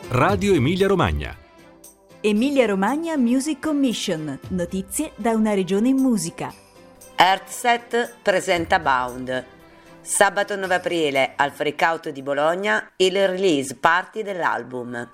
Radio Emilia Romagna. Emilia Romagna Music Commission. Notizie da una regione in musica. Earthset presenta Bound. Sabato 9 aprile al Freakout di Bologna il release party dell'album.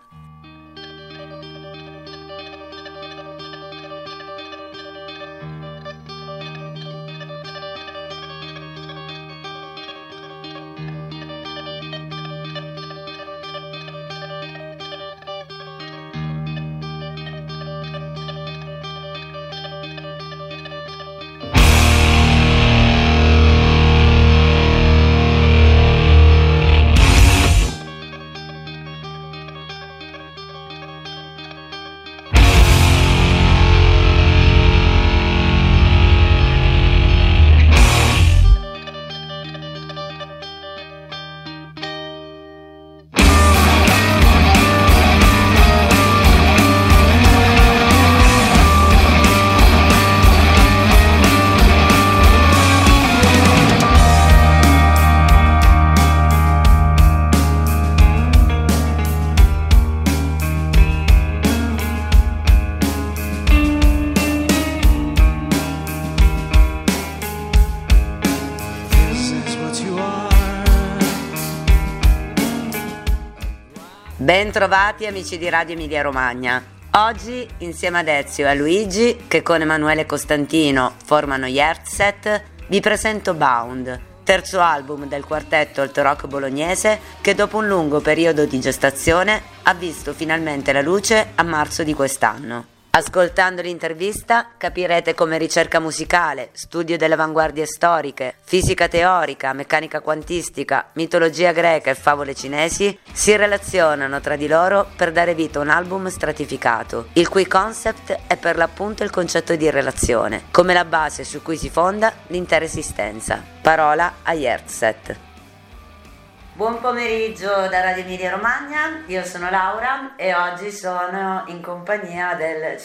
Bentrovati amici di Radio Emilia Romagna. Oggi insieme ad Ezio e a Luigi, che con Emanuele Costantino formano gli Earthset, vi presento Bound, terzo album del quartetto alt rock bolognese che dopo un lungo periodo di gestazione ha visto finalmente la luce a marzo di quest'anno. Ascoltando l'intervista capirete come ricerca musicale, studio delle avanguardie storiche, fisica teorica, meccanica quantistica, mitologia greca e favole cinesi si relazionano tra di loro per dare vita a un album stratificato, il cui concept è per l'appunto il concetto di relazione, come la base su cui si fonda l'intera esistenza. Parola agli Earthset. Buon pomeriggio da Radio Emilia Romagna, io sono Laura e oggi sono in compagnia del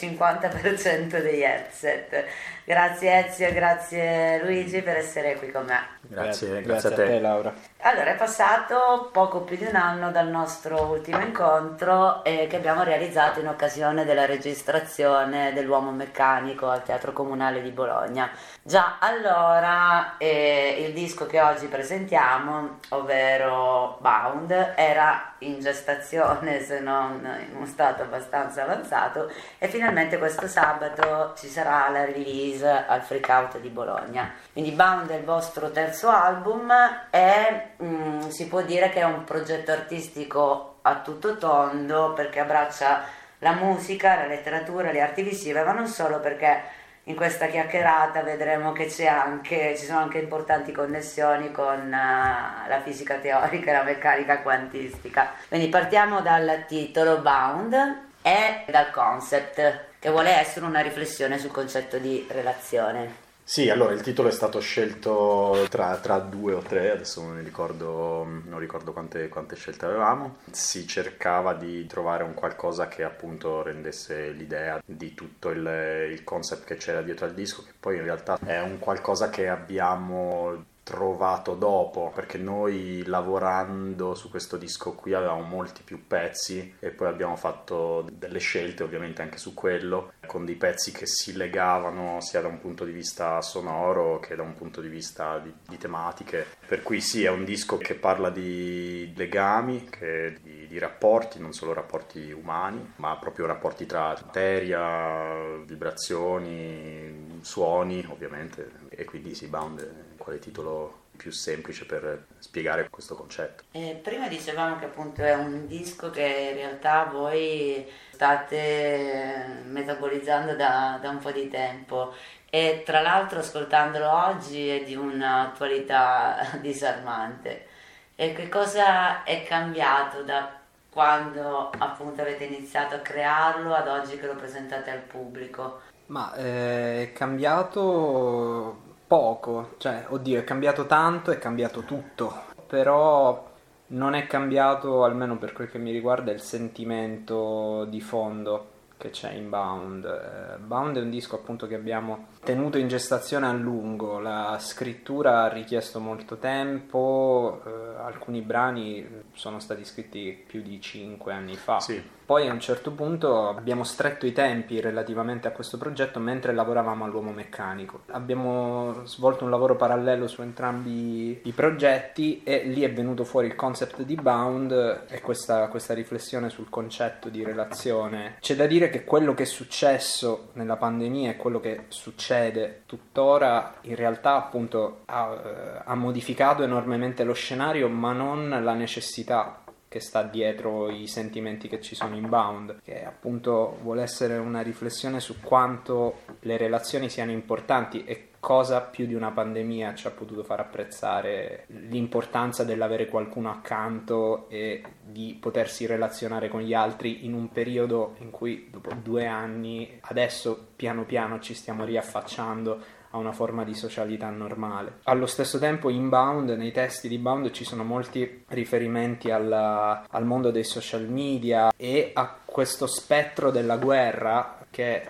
50% degli Earthset. Grazie Ezio e grazie Luigi per essere qui con me. Grazie a te Laura. Allora, è passato poco più di un anno dal nostro ultimo incontro che abbiamo realizzato in occasione della registrazione dell'Uomo Meccanico al Teatro Comunale di Bologna. Già allora il disco che oggi presentiamo, ovvero Bound, era in gestazione, se non in uno stato abbastanza avanzato, e finalmente questo sabato ci sarà la release al Freakout di Bologna. Quindi Bound è il vostro terzo album e si può dire che è un progetto artistico a tutto tondo, perché abbraccia la musica, la letteratura, le arti visive, ma non solo, perché in questa chiacchierata vedremo che ci sono anche importanti connessioni con la fisica teorica e la meccanica quantistica. Quindi partiamo dal titolo Bound e dal concept, che vuole essere una riflessione sul concetto di relazione. Sì, allora il titolo è stato scelto tra due o tre, adesso non ricordo quante scelte avevamo. Si cercava di trovare un qualcosa che appunto rendesse l'idea di tutto il concept che c'era dietro al disco, che poi in realtà è un qualcosa che abbiamo trovato dopo, perché noi lavorando su questo disco qui avevamo molti più pezzi e poi abbiamo fatto delle scelte ovviamente anche su quello, con dei pezzi che si legavano sia da un punto di vista sonoro che da un punto di vista di tematiche, per cui sì, è un disco che parla di legami, di rapporti, non solo rapporti umani, ma proprio rapporti tra materia, vibrazioni, suoni ovviamente, e quindi sì, Bound è quale titolo più semplice per spiegare questo concetto. Prima dicevamo che appunto è un disco che in realtà voi state metabolizzando da un po' di tempo, e tra l'altro ascoltandolo oggi è di un'attualità disarmante. E che cosa è cambiato da quando appunto avete iniziato a crearlo ad oggi che lo presentate al pubblico? Ma è cambiato poco, cioè, oddio, è cambiato tanto, è cambiato tutto, però non è cambiato, almeno per quel che mi riguarda, il sentimento di fondo che c'è in Bound. Bound è un disco appunto che abbiamo tenuto in gestazione a lungo, la scrittura ha richiesto molto tempo, alcuni brani sono stati scritti più di 5 anni fa. Sì. Poi a un certo punto abbiamo stretto i tempi relativamente a questo progetto mentre lavoravamo all'Uomo Meccanico. Abbiamo svolto un lavoro parallelo su entrambi i progetti e lì è venuto fuori il concept di Bound e questa riflessione sul concetto di relazione. C'è da dire che quello che è successo nella pandemia e quello che succede tuttora in realtà appunto ha modificato enormemente lo scenario, ma non la necessità che sta dietro i sentimenti che ci sono in Bound, che appunto vuole essere una riflessione su quanto le relazioni siano importanti e cosa più di una pandemia ci ha potuto far apprezzare l'importanza dell'avere qualcuno accanto e di potersi relazionare con gli altri in un periodo in cui dopo 2 anni adesso piano piano ci stiamo riaffacciando a una forma di socialità normale. Allo stesso tempo in Bound, nei testi di Bound ci sono molti riferimenti al mondo dei social media e a questo spettro della guerra che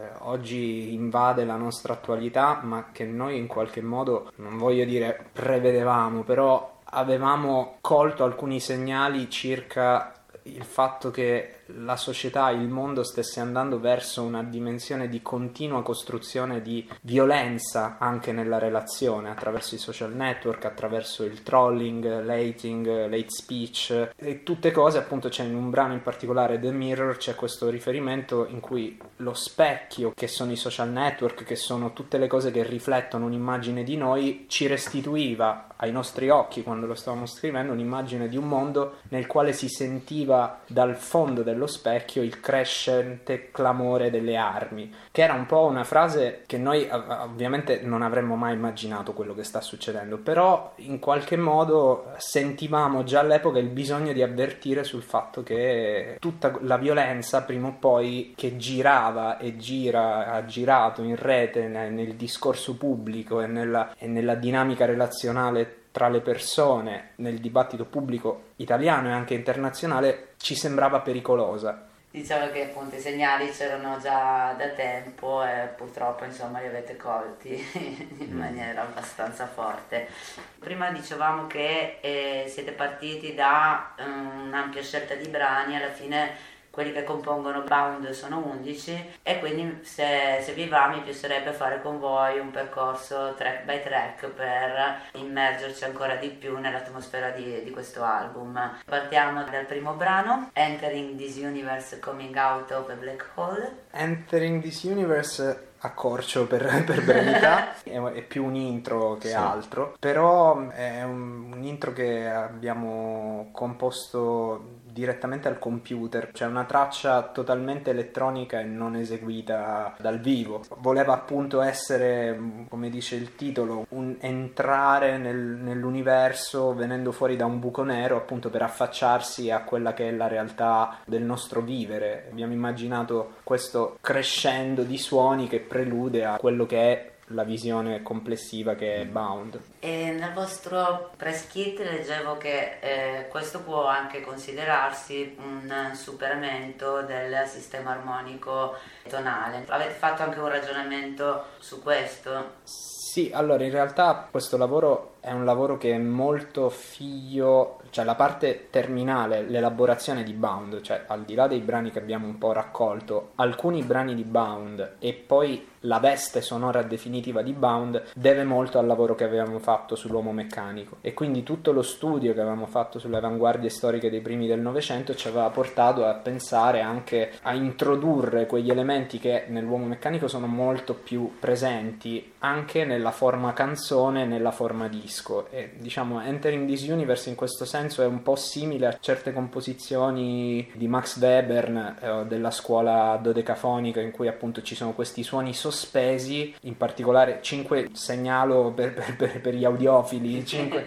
oggi invade la nostra attualità, ma che noi in qualche modo, non voglio dire prevedevamo, però avevamo colto alcuni segnali circa il fatto che la società, il mondo stesse andando verso una dimensione di continua costruzione di violenza anche nella relazione attraverso i social network, attraverso il trolling, l'hating, l'hate speech e tutte cose. Appunto c'è in un brano in particolare, The Mirror, c'è questo riferimento in cui lo specchio, che sono i social network, che sono tutte le cose che riflettono un'immagine di noi, ci restituiva ai nostri occhi, quando lo stavamo scrivendo, un'immagine di un mondo nel quale si sentiva dal fondo dello specchio il crescente clamore delle armi, che era un po' una frase che noi ovviamente non avremmo mai immaginato quello che sta succedendo, però in qualche modo sentivamo già all'epoca il bisogno di avvertire sul fatto che tutta la violenza prima o poi che girava e ha girato in rete nel discorso pubblico e nella dinamica relazionale tra le persone, nel dibattito pubblico italiano e anche internazionale, ci sembrava pericolosa. Diciamo che appunto i segnali c'erano già da tempo e purtroppo insomma li avete colti in maniera abbastanza forte. Prima dicevamo che siete partiti da un'ampia scelta di brani, alla fine quelli che compongono Bound sono 11 e quindi se vi va mi piacerebbe fare con voi un percorso track by track per immergerci ancora di più nell'atmosfera di questo album. Partiamo dal primo brano, Entering This Universe Coming Out of a Black Hole. Entering This Universe, accorcio per brevità, è più un intro che altro, però è un intro che abbiamo composto direttamente al computer, cioè una traccia totalmente elettronica e non eseguita dal vivo. Voleva appunto essere, come dice il titolo, un entrare nell'universo venendo fuori da un buco nero, appunto per affacciarsi a quella che è la realtà del nostro vivere. Abbiamo immaginato questo crescendo di suoni che prelude a quello che è la visione complessiva che è Bound. E nel vostro press kit leggevo che questo può anche considerarsi un superamento del sistema armonico tonale. Avete fatto anche un ragionamento su questo? Sì, allora in realtà questo lavoro è un lavoro che è molto figlio, cioè la parte terminale, l'elaborazione di Bound, cioè al di là dei brani che abbiamo un po' raccolto, alcuni brani di Bound e poi la veste sonora definitiva di Bound deve molto al lavoro che avevamo fatto sull'Uomo Meccanico, e quindi tutto lo studio che avevamo fatto sulle avanguardie storiche dei primi del Novecento ci aveva portato a pensare anche a introdurre quegli elementi che nell'Uomo Meccanico sono molto più presenti anche nella forma canzone, nella forma disco. E diciamo Entering This Universe in questo senso è un po' simile a certe composizioni di Max Webern della scuola dodecafonica, in cui appunto ci sono questi suoni sospesi, in particolare 5 segnalo per gli audiofili,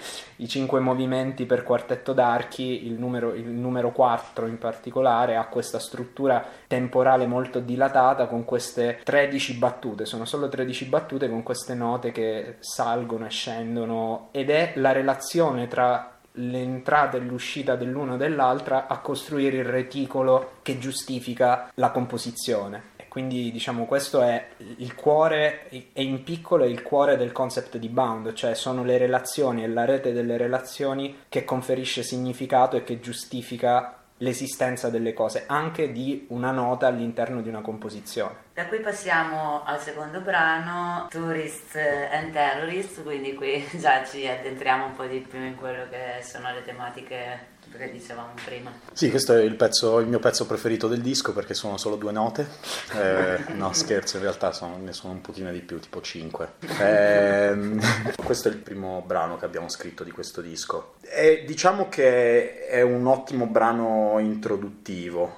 i 5 movimenti per quartetto d'archi, il numero 4 in particolare ha questa struttura temporale molto dilatata con queste 13 battute, sono solo 13 battute con queste note che salgono e scendono, ed è la relazione tra l'entrata e l'uscita dell'uno e dell'altra a costruire il reticolo che giustifica la composizione. Quindi diciamo questo è il cuore, e in piccolo è il cuore del concept di Bound, cioè sono le relazioni e la rete delle relazioni che conferisce significato e che giustifica l'esistenza delle cose, anche di una nota all'interno di una composizione. Da qui passiamo al secondo brano, Tourists and Terrorists, quindi qui già ci addentriamo un po' di più in quello che sono le tematiche che dicevamo prima. Sì, questo è il mio pezzo preferito del disco perché sono solo 2 note. No, scherzo, in realtà ne sono un pochino di più, tipo 5. Questo è il primo brano che abbiamo scritto di questo disco. E diciamo che è un ottimo brano introduttivo,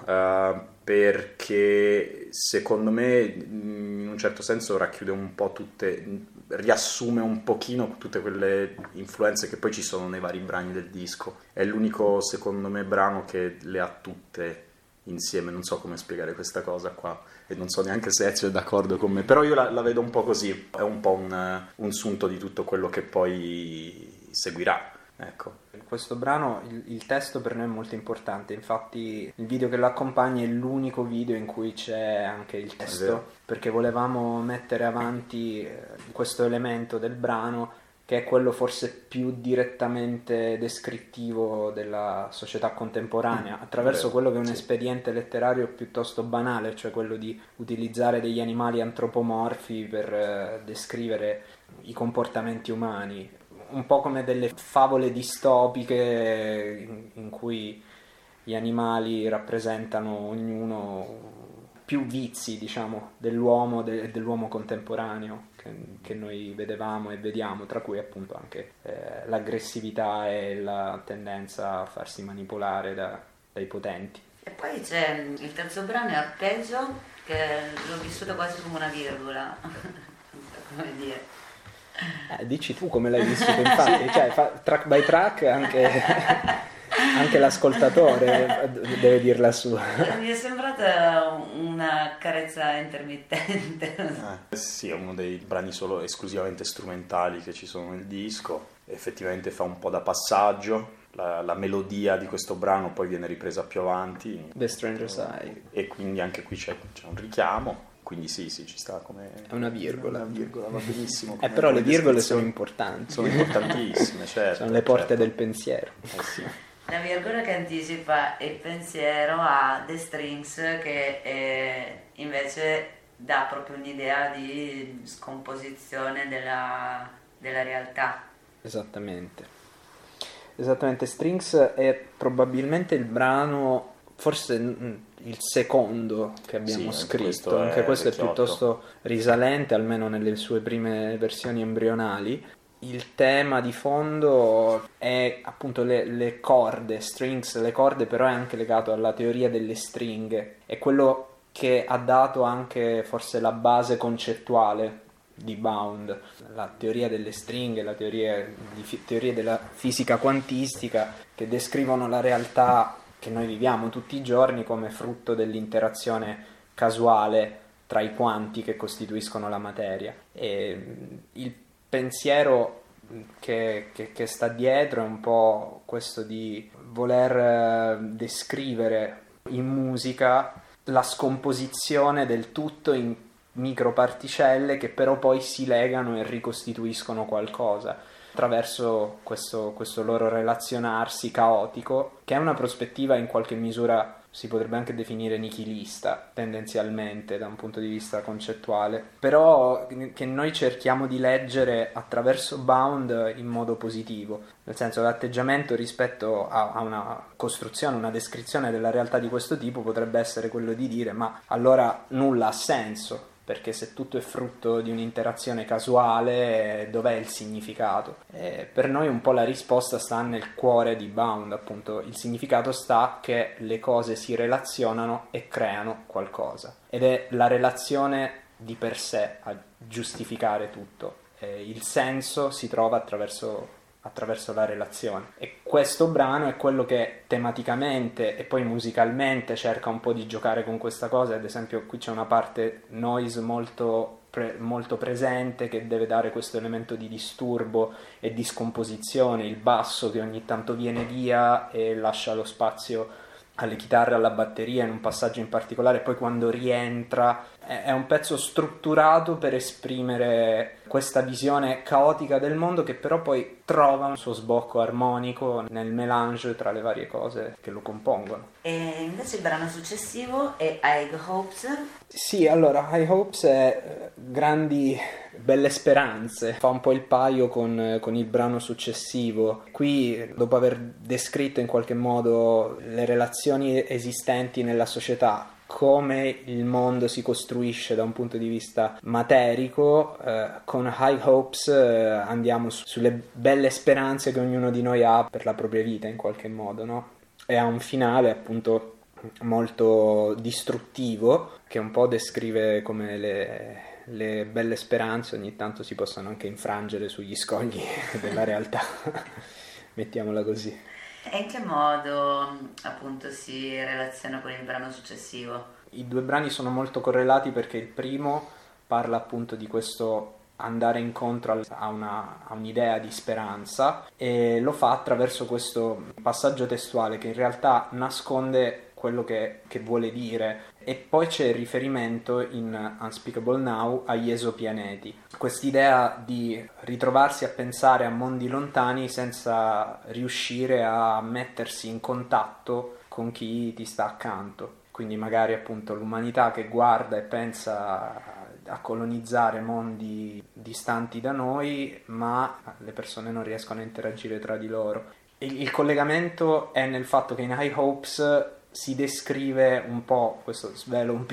perché secondo me in un certo senso racchiude un po' riassume un pochino tutte quelle influenze che poi ci sono nei vari brani del disco. È l'unico, secondo me, brano che le ha tutte insieme. Non so come spiegare questa cosa qua e non so neanche se Ezio è d'accordo con me, però io la vedo un po' così, è un po' un sunto di tutto quello che poi seguirà, ecco. Questo brano, il testo per noi è molto importante, infatti il video che lo accompagna è l'unico video in cui c'è anche il testo, perché volevamo mettere avanti questo elemento del brano che è quello forse più direttamente descrittivo della società contemporanea, attraverso quello che è un espediente letterario piuttosto banale, cioè quello di utilizzare degli animali antropomorfi per descrivere i comportamenti umani. Un po' come delle favole distopiche in cui gli animali rappresentano ognuno più vizi, diciamo, dell'uomo e dell'uomo contemporaneo che noi vedevamo e vediamo, tra cui appunto anche l'aggressività e la tendenza a farsi manipolare dai potenti. E poi c'è il terzo brano, è Arpeggio, che l'ho vissuto quasi come una virgola, non so come dire. Dici tu come l'hai vissuto, infatti, cioè track by track anche l'ascoltatore deve dir la sua. Mi è sembrata una carezza intermittente. Sì, è uno dei brani solo esclusivamente strumentali che ci sono nel disco, effettivamente fa un po' da passaggio. La melodia di questo brano poi viene ripresa più avanti, The Stranger's Eye, e quindi anche qui c'è un richiamo. Quindi sì, ci sta come... È una virgola. Va benissimo. Però le virgole sono importanti. Sono importantissime, certo. Sono le porte del pensiero. Sì. La virgola che anticipa il pensiero a The Strings, che invece dà proprio un'idea di scomposizione della realtà. Esattamente, Strings è probabilmente il brano, forse il secondo che abbiamo scritto, anche questo è piuttosto risalente, almeno nelle sue prime versioni embrionali. Il tema di fondo è appunto le corde, strings, le corde, però è anche legato alla teoria delle stringhe, è quello che ha dato anche forse la base concettuale di Bound, la teoria delle stringhe, la teorie della fisica quantistica che descrivono la realtà che noi viviamo tutti i giorni come frutto dell'interazione casuale tra i quanti che costituiscono la materia. E il pensiero che sta dietro è un po' questo di voler descrivere in musica la scomposizione del tutto in microparticelle che però poi si legano e ricostituiscono qualcosa attraverso questo loro relazionarsi caotico, che è una prospettiva in qualche misura si potrebbe anche definire nichilista tendenzialmente da un punto di vista concettuale, però che noi cerchiamo di leggere attraverso Bound in modo positivo, nel senso l'atteggiamento rispetto a una costruzione, una descrizione della realtà di questo tipo potrebbe essere quello di dire ma allora nulla ha senso, perché se tutto è frutto di un'interazione casuale, dov'è il significato? Per noi un po' la risposta sta nel cuore di Bound, appunto il significato sta che le cose si relazionano e creano qualcosa, ed è la relazione di per sé a giustificare tutto, il senso si trova attraverso la relazione, e questo brano è quello che tematicamente e poi musicalmente cerca un po' di giocare con questa cosa. Ad esempio qui c'è una parte noise molto presente che deve dare questo elemento di disturbo e di scomposizione, il basso che ogni tanto viene via e lascia lo spazio alle chitarre, alla batteria in un passaggio in particolare, poi quando rientra è un pezzo strutturato per esprimere questa visione caotica del mondo, che però poi trova un suo sbocco armonico nel melange tra le varie cose che lo compongono. E invece il brano successivo è High Hopes. Sì, allora, High Hopes è grandi, belle speranze, fa un po' il paio con il brano successivo. Qui, dopo aver descritto in qualche modo le relazioni esistenti nella società, come il mondo si costruisce da un punto di vista materico, con High Hopes andiamo sulle belle speranze che ognuno di noi ha per la propria vita in qualche modo, no? E ha un finale appunto molto distruttivo, che un po' descrive come le belle speranze ogni tanto si possano anche infrangere sugli scogli della realtà, mettiamola così. E in che modo appunto si relaziona con il brano successivo? I due brani sono molto correlati perché il primo parla appunto di questo andare incontro a un'idea di speranza, e lo fa attraverso questo passaggio testuale che in realtà nasconde quello che vuole dire, e poi c'è il riferimento in Unspeakable Now agli esopianeti, quest'idea di ritrovarsi a pensare a mondi lontani senza riuscire a mettersi in contatto con chi ti sta accanto, quindi magari appunto l'umanità che guarda e pensa a colonizzare mondi distanti da noi, ma le persone non riescono a interagire tra di loro. Il collegamento è nel fatto che in High Hopes si descrive un po', questo svelo un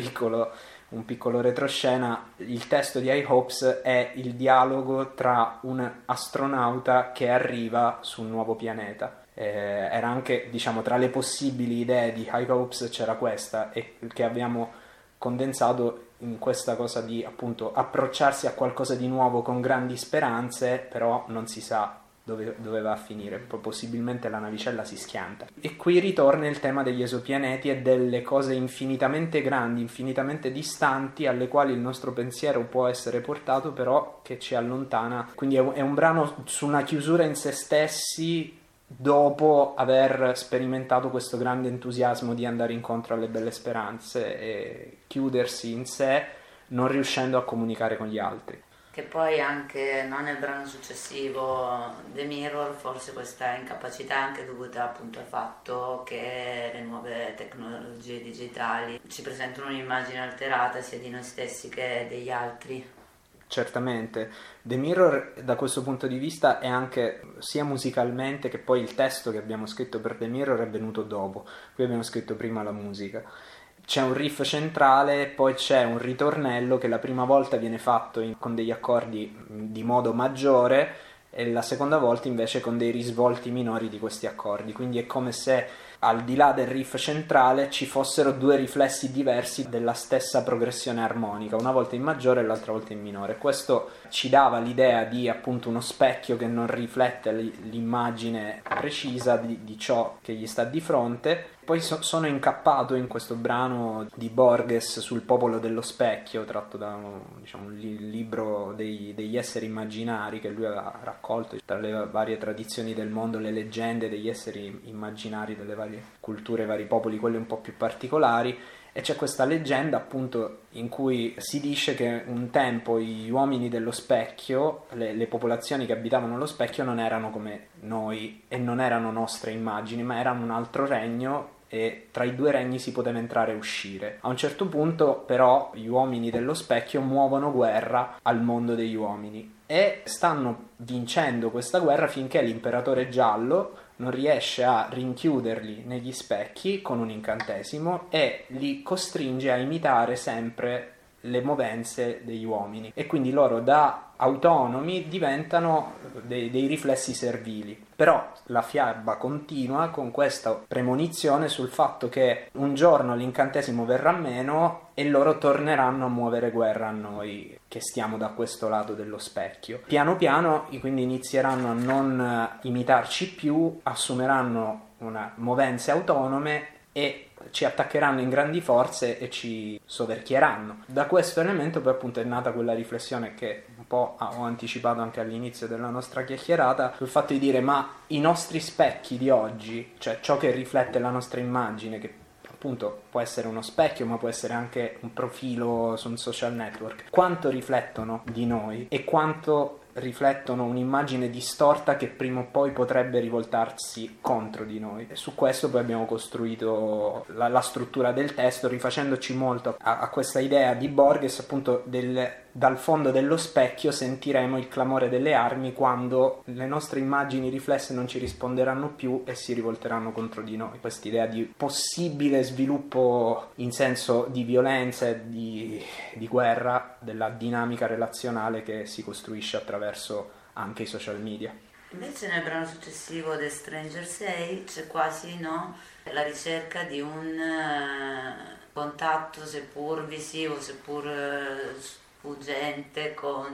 piccolo retroscena, il testo di High Hopes è il dialogo tra un astronauta che arriva su un nuovo pianeta. Era anche, diciamo, tra le possibili idee di High Hopes c'era questa, e che abbiamo condensato in questa cosa di appunto approcciarsi a qualcosa di nuovo con grandi speranze, però non si sa dove va a finire, poi possibilmente la navicella si schianta. E qui ritorna il tema degli esopianeti e delle cose infinitamente grandi, infinitamente distanti, alle quali il nostro pensiero può essere portato, però che ci allontana. Quindi è un brano su una chiusura in se stessi, dopo aver sperimentato questo grande entusiasmo di andare incontro alle belle speranze e chiudersi in sé, non riuscendo a comunicare con gli altri. Che poi anche nel brano successivo, The Mirror, forse questa incapacità è anche dovuta appunto al fatto che le nuove tecnologie digitali ci presentano un'immagine alterata sia di noi stessi che degli altri. Certamente, The Mirror da questo punto di vista è anche sia musicalmente che poi il testo che abbiamo scritto per The Mirror è venuto dopo, qui abbiamo scritto prima la musica. C'è un riff centrale, poi c'è un ritornello che la prima volta viene fatto con degli accordi di modo maggiore e la seconda volta invece con dei risvolti minori di questi accordi, quindi è come se al di là del riff centrale ci fossero due riflessi diversi della stessa progressione armonica, una volta in maggiore e l'altra volta in minore. Questo ci dava l'idea di appunto uno specchio che non riflette l'immagine precisa di ciò che gli sta di fronte. Poi sono incappato in questo brano di Borges sul popolo dello specchio, tratto da un libro degli esseri immaginari che lui aveva raccolto tra le varie tradizioni del mondo, le leggende degli esseri immaginari delle varie culture, vari popoli, quelli un po' più particolari. E c'è questa leggenda appunto in cui si dice che un tempo gli uomini dello specchio, le popolazioni che abitavano lo specchio non erano come noi e non erano nostre immagini, ma erano un altro regno e tra i due regni si poteva entrare e uscire. A un certo punto però gli uomini dello specchio muovono guerra al mondo degli uomini e stanno vincendo questa guerra finché l'imperatore giallo non riesce a rinchiuderli negli specchi con un incantesimo e li costringe a imitare sempre le movenze degli uomini, e quindi loro da autonomi diventano dei riflessi servili. Però la fiaba continua con questa premonizione sul fatto che un giorno l'incantesimo verrà meno e loro torneranno a muovere guerra a noi che stiamo da questo lato dello specchio. Piano piano quindi inizieranno a non imitarci più, assumeranno una movenze autonome e ci attaccheranno in grandi forze e ci soverchieranno. Da questo elemento poi appunto è nata quella riflessione che un po' ho anticipato anche all'inizio della nostra chiacchierata, sul fatto di dire: ma i nostri specchi di oggi, cioè ciò che riflette la nostra immagine, che appunto può essere uno specchio, ma può essere anche un profilo su un social network, quanto riflettono di noi e quanto riflettono un'immagine distorta che prima o poi potrebbe rivoltarsi contro di noi. E su questo poi abbiamo costruito la struttura del testo, rifacendoci molto a questa idea di Borges, appunto dal fondo dello specchio sentiremo il clamore delle armi quando le nostre immagini riflesse non ci risponderanno più e si rivolteranno contro di noi. Quest'idea di possibile sviluppo in senso di violenza e di guerra della dinamica relazionale che si costruisce attraverso anche i social media. Invece nel brano successivo The Stranger Say c'è quasi la ricerca di un contatto seppur visivo, seppur sfuggente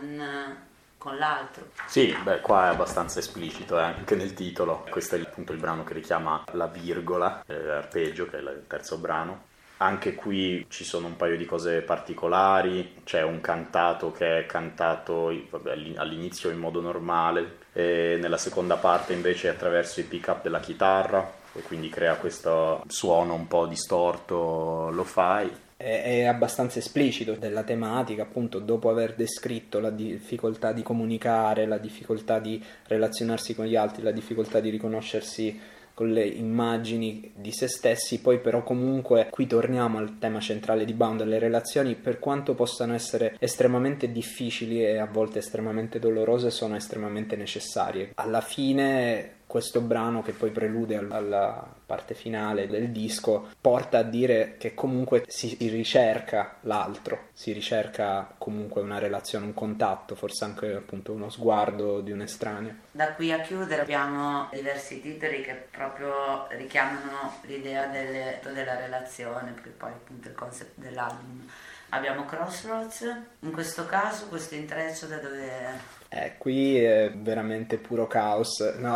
con l'altro. Sì, qua è abbastanza esplicito, anche nel titolo. Questo è appunto il brano che richiama la virgola, l'arpeggio, che è il terzo brano. Anche qui ci sono un paio di cose particolari, c'è un cantato che è cantato all'inizio in modo normale, e nella seconda parte invece attraverso i pick up della chitarra, e quindi crea questo suono un po' distorto, lo fai. È abbastanza esplicito della tematica, appunto, dopo aver descritto la difficoltà di comunicare, la difficoltà di relazionarsi con gli altri, la difficoltà di riconoscersi con le immagini di se stessi. Poi però comunque qui torniamo al tema centrale di Bound. Le relazioni, per quanto possano essere estremamente difficili e a volte estremamente dolorose, sono estremamente necessarie. Alla fine questo brano, che poi prelude alla parte finale del disco, porta a dire che comunque si ricerca l'altro, si ricerca comunque una relazione, un contatto, forse anche appunto uno sguardo di un estraneo. Da qui a chiudere abbiamo diversi titoli che proprio richiamano l'idea della relazione, perché poi appunto il concept dell'album. Abbiamo Crossroads, in questo caso questo intreccio da dove... Qui è veramente puro caos, no?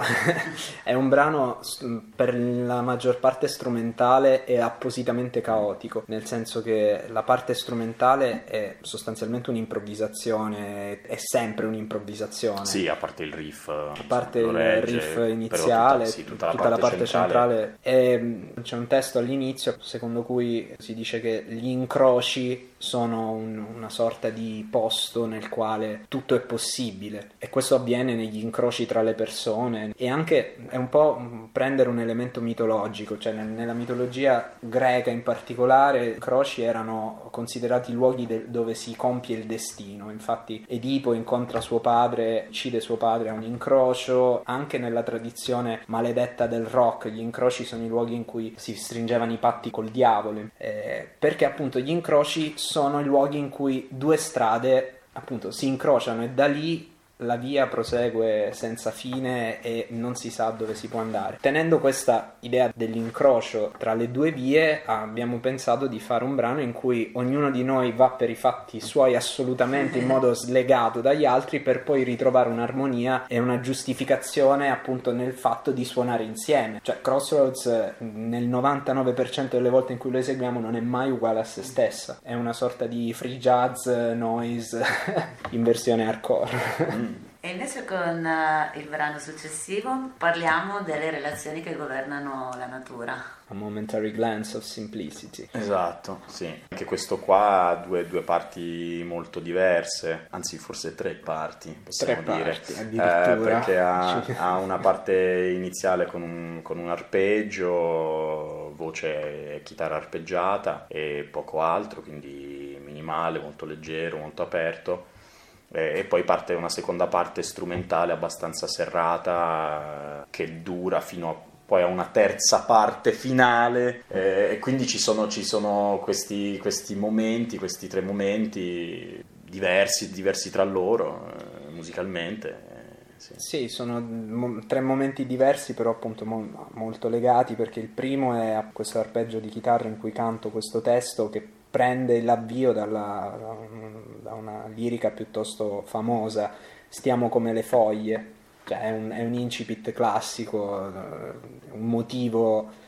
È un brano per la maggior parte strumentale e appositamente caotico, nel senso che la parte strumentale è sostanzialmente un'improvvisazione, è sempre un'improvvisazione. Sì, a parte il riff. A parte il riff iniziale, tutta la parte centrale. E c'è un testo all'inizio secondo cui si dice che gli incroci sono una sorta di posto nel quale tutto è possibile, e questo avviene negli incroci tra le persone, e anche è un po' prendere un elemento mitologico, cioè nella mitologia greca in particolare i incroci erano considerati luoghi dove si compie il destino. Infatti Edipo incontra suo padre, uccide suo padre a un incrocio. Anche nella tradizione maledetta del rock gli incroci sono i luoghi in cui si stringevano i patti col diavolo, perché appunto gli incroci sono i luoghi in cui due strade appunto si incrociano e da lì la via prosegue senza fine e non si sa dove si può andare. Tenendo questa idea dell'incrocio tra le due vie, abbiamo pensato di fare un brano in cui ognuno di noi va per i fatti suoi assolutamente in modo slegato dagli altri, per poi ritrovare un'armonia e una giustificazione appunto nel fatto di suonare insieme. Cioè Crossroads nel 99% delle volte in cui lo eseguiamo non è mai uguale a se stessa, è una sorta di free jazz noise in versione hardcore. E invece con il brano successivo parliamo delle relazioni che governano la natura. A momentary glance of simplicity. Esatto, sì. Anche questo qua ha due parti molto diverse, anzi forse tre parti, possiamo dire. Addirittura. Perché ha una parte iniziale con un arpeggio, voce e chitarra arpeggiata e poco altro, quindi minimale, molto leggero, molto aperto. E poi parte una seconda parte strumentale abbastanza serrata che dura fino poi a una terza parte finale, e quindi ci sono questi momenti, questi tre momenti diversi tra loro musicalmente. Sì, sono tre momenti diversi, però appunto molto legati, perché il primo è questo arpeggio di chitarra in cui canto questo testo che prende l'avvio da una lirica piuttosto famosa, Stiamo come le foglie, cioè è un incipit classico, un motivo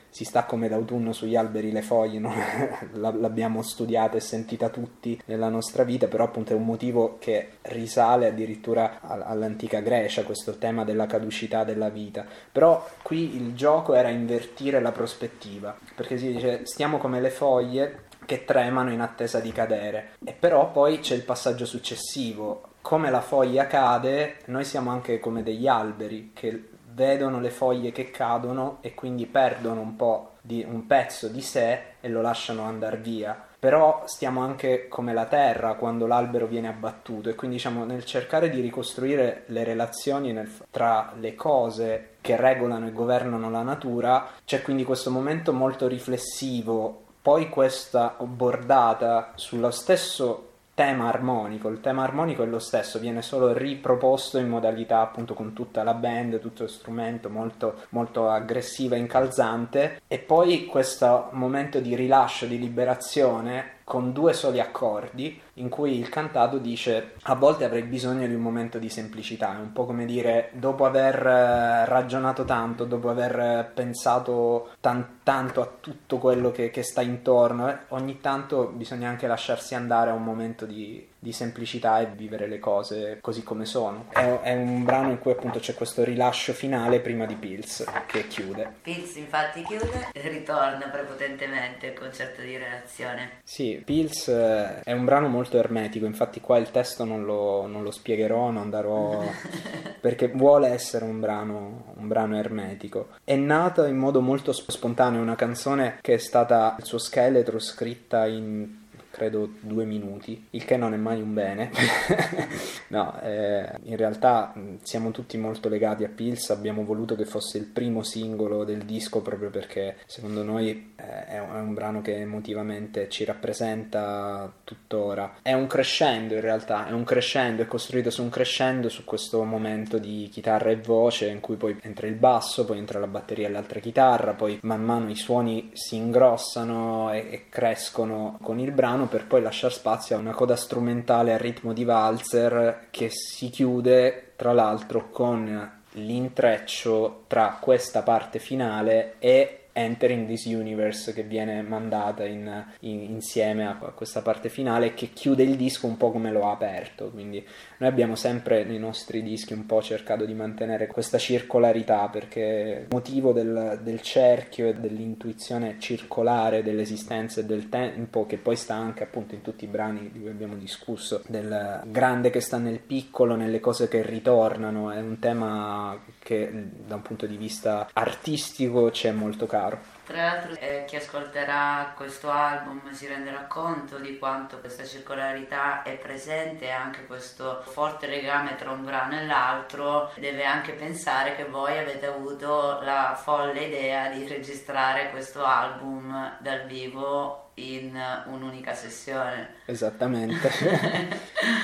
si sta come d'autunno sugli alberi, le foglie, no? L'abbiamo studiata e sentita tutti nella nostra vita, però appunto è un motivo che risale addirittura all'antica Grecia, questo tema della caducità della vita. Però qui il gioco era invertire la prospettiva, perché si dice stiamo come le foglie che tremano in attesa di cadere, e però poi c'è il passaggio successivo. Come la foglia cade, noi siamo anche come degli alberi che vedono le foglie che cadono e quindi perdono un pezzo di sé e lo lasciano andare via. Però stiamo anche come la terra quando l'albero viene abbattuto, e quindi diciamo nel cercare di ricostruire le relazioni tra le cose che regolano e governano la natura, c'è quindi questo momento molto riflessivo, poi questa bordata sullo stesso tema armonico. Il tema armonico è lo stesso, viene solo riproposto in modalità appunto con tutta la band, tutto lo strumento molto, molto aggressiva e incalzante, e poi questo momento di rilascio, di liberazione con 2 soli accordi, in cui il cantato dice a volte avrei bisogno di un momento di semplicità. È un po' come dire, dopo aver ragionato tanto, dopo aver pensato tanto a tutto quello che sta intorno, ogni tanto bisogna anche lasciarsi andare a un momento di semplicità e vivere le cose così come sono. È un brano in cui appunto c'è questo rilascio finale prima di Pils che chiude. Pils infatti chiude e ritorna prepotentemente il concetto di relazione. Sì, Pils è un brano molto ermetico, infatti qua il testo non lo spiegherò, non darò perché vuole essere un brano ermetico. È nata in modo molto spontaneo, una canzone che è stata il suo scheletro, scritta in credo 2 minuti, il che non è mai un bene. No, in realtà siamo tutti molto legati a Pils, abbiamo voluto che fosse il primo singolo del disco proprio perché secondo noi è un brano che emotivamente ci rappresenta tuttora. È un crescendo in realtà, è costruito su un crescendo, su questo momento di chitarra e voce in cui poi entra il basso, poi entra la batteria e l'altra chitarra, poi man mano i suoni si ingrossano e crescono con il brano, per poi lasciare spazio a una coda strumentale a ritmo di valzer che si chiude tra l'altro con l'intreccio tra questa parte finale e Entering This Universe, che viene mandata insieme a questa parte finale che chiude il disco un po' come lo ha aperto. Quindi noi abbiamo sempre nei nostri dischi un po' cercato di mantenere questa circolarità, perché il motivo del cerchio e dell'intuizione circolare dell'esistenza e del tempo, che poi sta anche appunto in tutti i brani di cui abbiamo discusso, del grande che sta nel piccolo, nelle cose che ritornano, è un tema che da un punto di vista artistico c'è molto caro. Tra l'altro chi ascolterà questo album si renderà conto di quanto questa circolarità è presente e anche questo forte legame tra un brano e l'altro. Deve anche pensare che voi avete avuto la folle idea di registrare questo album dal vivo in un'unica sessione. Esattamente.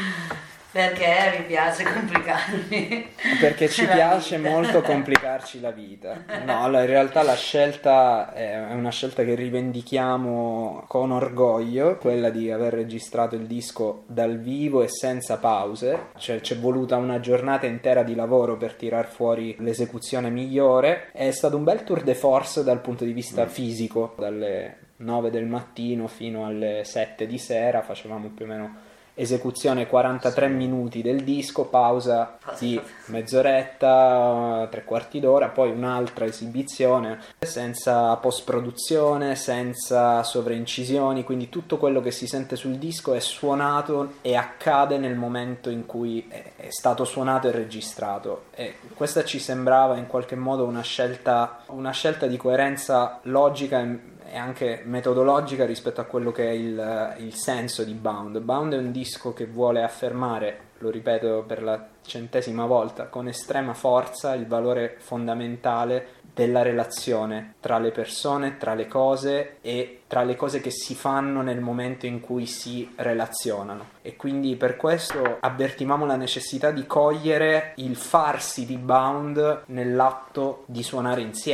Perché vi piace complicarvi? Perché ci piace molto complicarci la vita. No, allora in realtà la scelta è una scelta che rivendichiamo con orgoglio, quella di aver registrato il disco dal vivo e senza pause. Cioè c'è voluta una giornata intera di lavoro per tirar fuori l'esecuzione migliore. È stato un bel tour de force dal punto di vista fisico, dalle 9 del mattino fino alle 7 di sera facevamo più o meno esecuzione 43 minuti del disco, pausa di mezz'oretta, 3/4 d'ora, poi un'altra esibizione senza post-produzione, senza sovraincisioni, quindi tutto quello che si sente sul disco è suonato e accade nel momento in cui è stato suonato e registrato, e questa ci sembrava in qualche modo una scelta di coerenza logica e anche metodologica rispetto a quello che è il senso di Bound. Bound è un disco che vuole affermare, lo ripeto per la 100ª volta, con estrema forza il valore fondamentale della relazione tra le persone, tra le cose e tra le cose che si fanno nel momento in cui si relazionano. E quindi per questo avvertivamo la necessità di cogliere il farsi di Bound nell'atto di suonare insieme.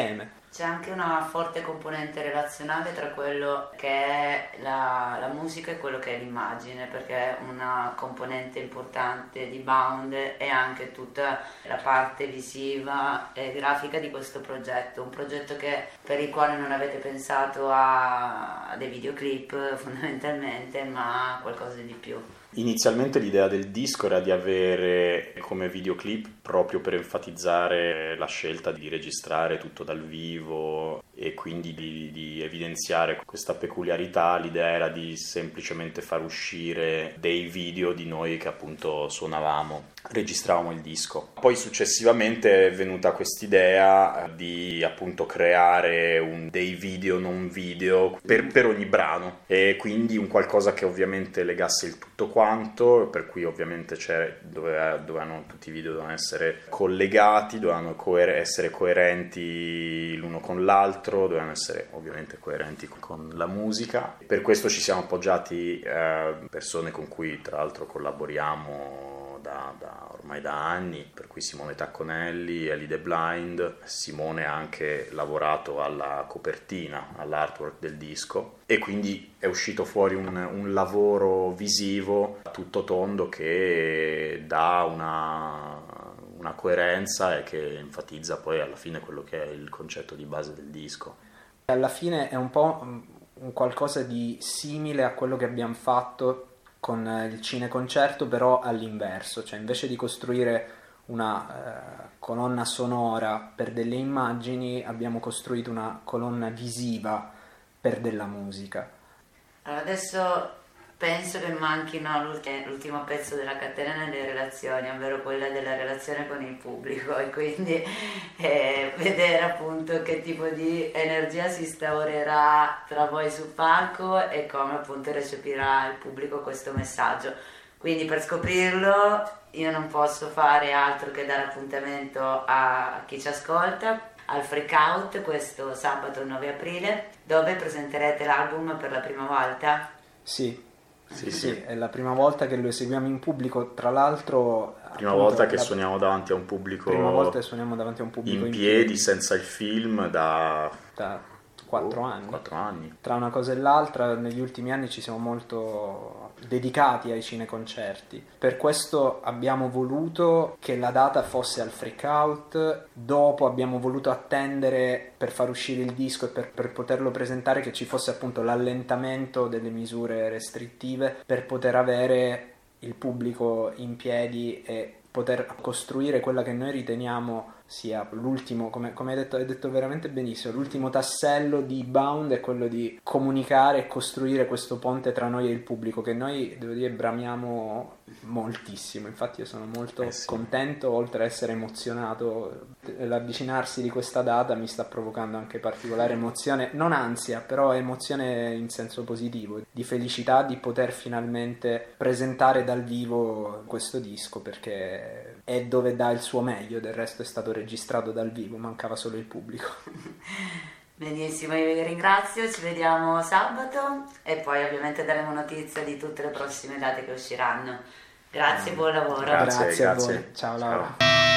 C'è anche una forte componente relazionale tra quello che è la musica e quello che è l'immagine, perché una componente importante di Bound è anche tutta la parte visiva e grafica di questo progetto, un progetto per il quale non avete pensato a dei videoclip fondamentalmente, ma a qualcosa di più. Inizialmente l'idea del disco era di avere come videoclip, proprio per enfatizzare la scelta di registrare tutto dal vivo e quindi di evidenziare questa peculiarità, l'idea era di semplicemente far uscire dei video di noi che appunto suonavamo, registravamo il disco. Poi successivamente è venuta quest'idea di appunto creare dei video non video per ogni brano, e quindi un qualcosa che ovviamente legasse il tutto quanto, per cui ovviamente dovevano tutti i video dovevano essere collegati, dovevano essere coerenti l'uno con l'altro, dovevano essere ovviamente coerenti con la musica. Per questo ci siamo appoggiati persone con cui tra l'altro collaboriamo ormai da anni, per cui Simone Tacconelli, Ellie The Blind. Simone ha anche lavorato alla copertina, all'artwork del disco, e quindi è uscito fuori un lavoro visivo tutto tondo che dà una coerenza e che enfatizza poi alla fine quello che è il concetto di base del disco. Alla fine è un po' un qualcosa di simile a quello che abbiamo fatto con il cineconcerto, però all'inverso, cioè invece di costruire una colonna sonora per delle immagini abbiamo costruito una colonna visiva per della musica. Allora, adesso penso che manchino l'ultimo pezzo della catena nelle relazioni, ovvero quella della relazione con il pubblico, e quindi vedere appunto che tipo di energia si instaurerà tra voi sul palco e come appunto recepirà il pubblico questo messaggio. Quindi per scoprirlo io non posso fare altro che dare appuntamento a chi ci ascolta al Freak Out questo sabato 9 aprile, dove presenterete l'album per la prima volta. Sì, è la prima volta che lo eseguiamo in pubblico, tra l'altro. Prima volta che suoniamo davanti a un pubblico. Prima volta che suoniamo davanti a un pubblico in piedi, senza il film, da 4 anni. 4 anni. Tra una cosa e l'altra, negli ultimi anni ci siamo molto dedicati ai cineconcerti. Per questo abbiamo voluto che la data fosse al Freak Out, dopo abbiamo voluto attendere per far uscire il disco e per poterlo presentare che ci fosse appunto l'allentamento delle misure restrittive per poter avere il pubblico in piedi e poter costruire quella che noi riteniamo sia l'ultimo, come hai detto veramente benissimo, l'ultimo tassello di Bound è quello di comunicare e costruire questo ponte tra noi e il pubblico, che noi, devo dire, bramiamo moltissimo. Infatti io sono molto contento, oltre a essere emozionato. L'avvicinarsi di questa data mi sta provocando anche particolare emozione, non ansia, però emozione in senso positivo, di felicità di poter finalmente presentare dal vivo questo disco, perché è dove dà il suo meglio, del resto è stato registrato dal vivo, mancava solo il pubblico. Benissimo, io vi ringrazio, ci vediamo sabato e poi ovviamente daremo notizia di tutte le prossime date che usciranno. Grazie, buon lavoro. Grazie a voi. Ciao Laura.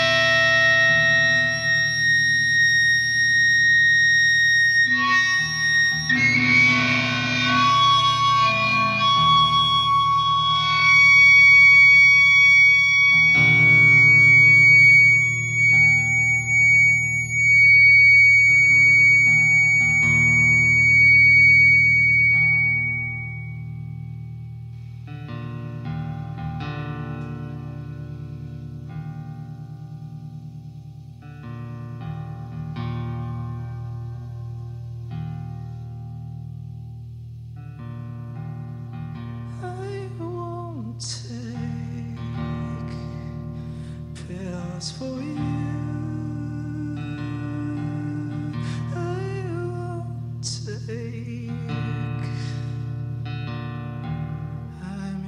For you, I won't take. I'm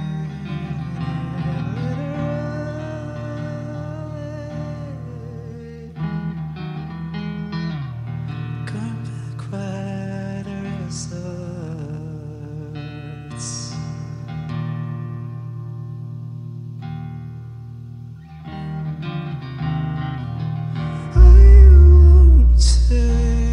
going back where there is us. I won't take.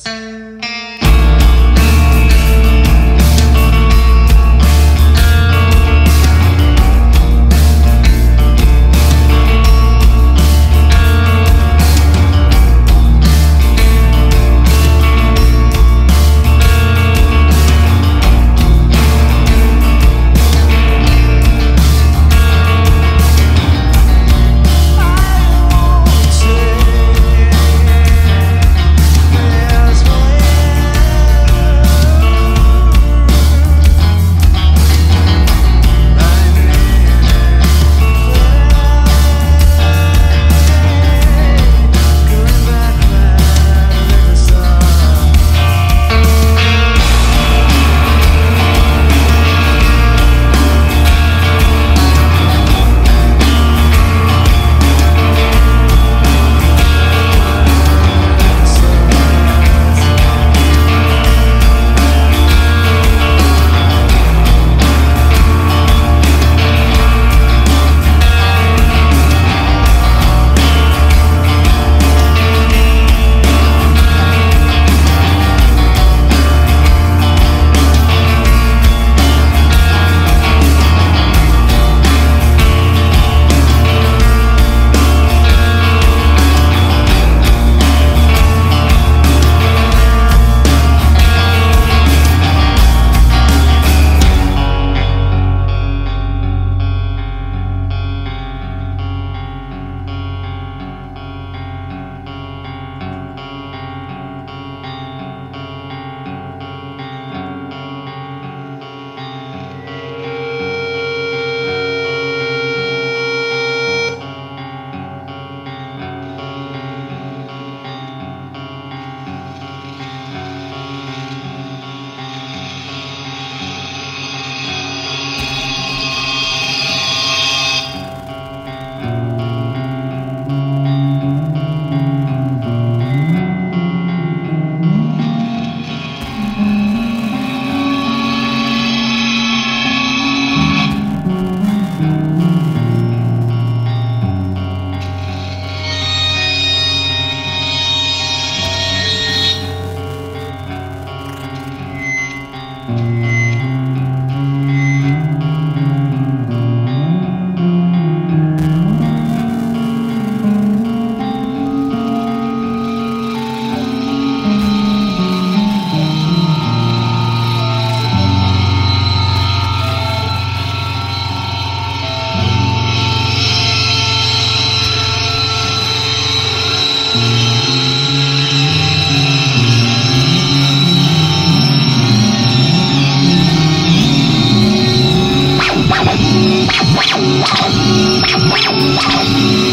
Wow.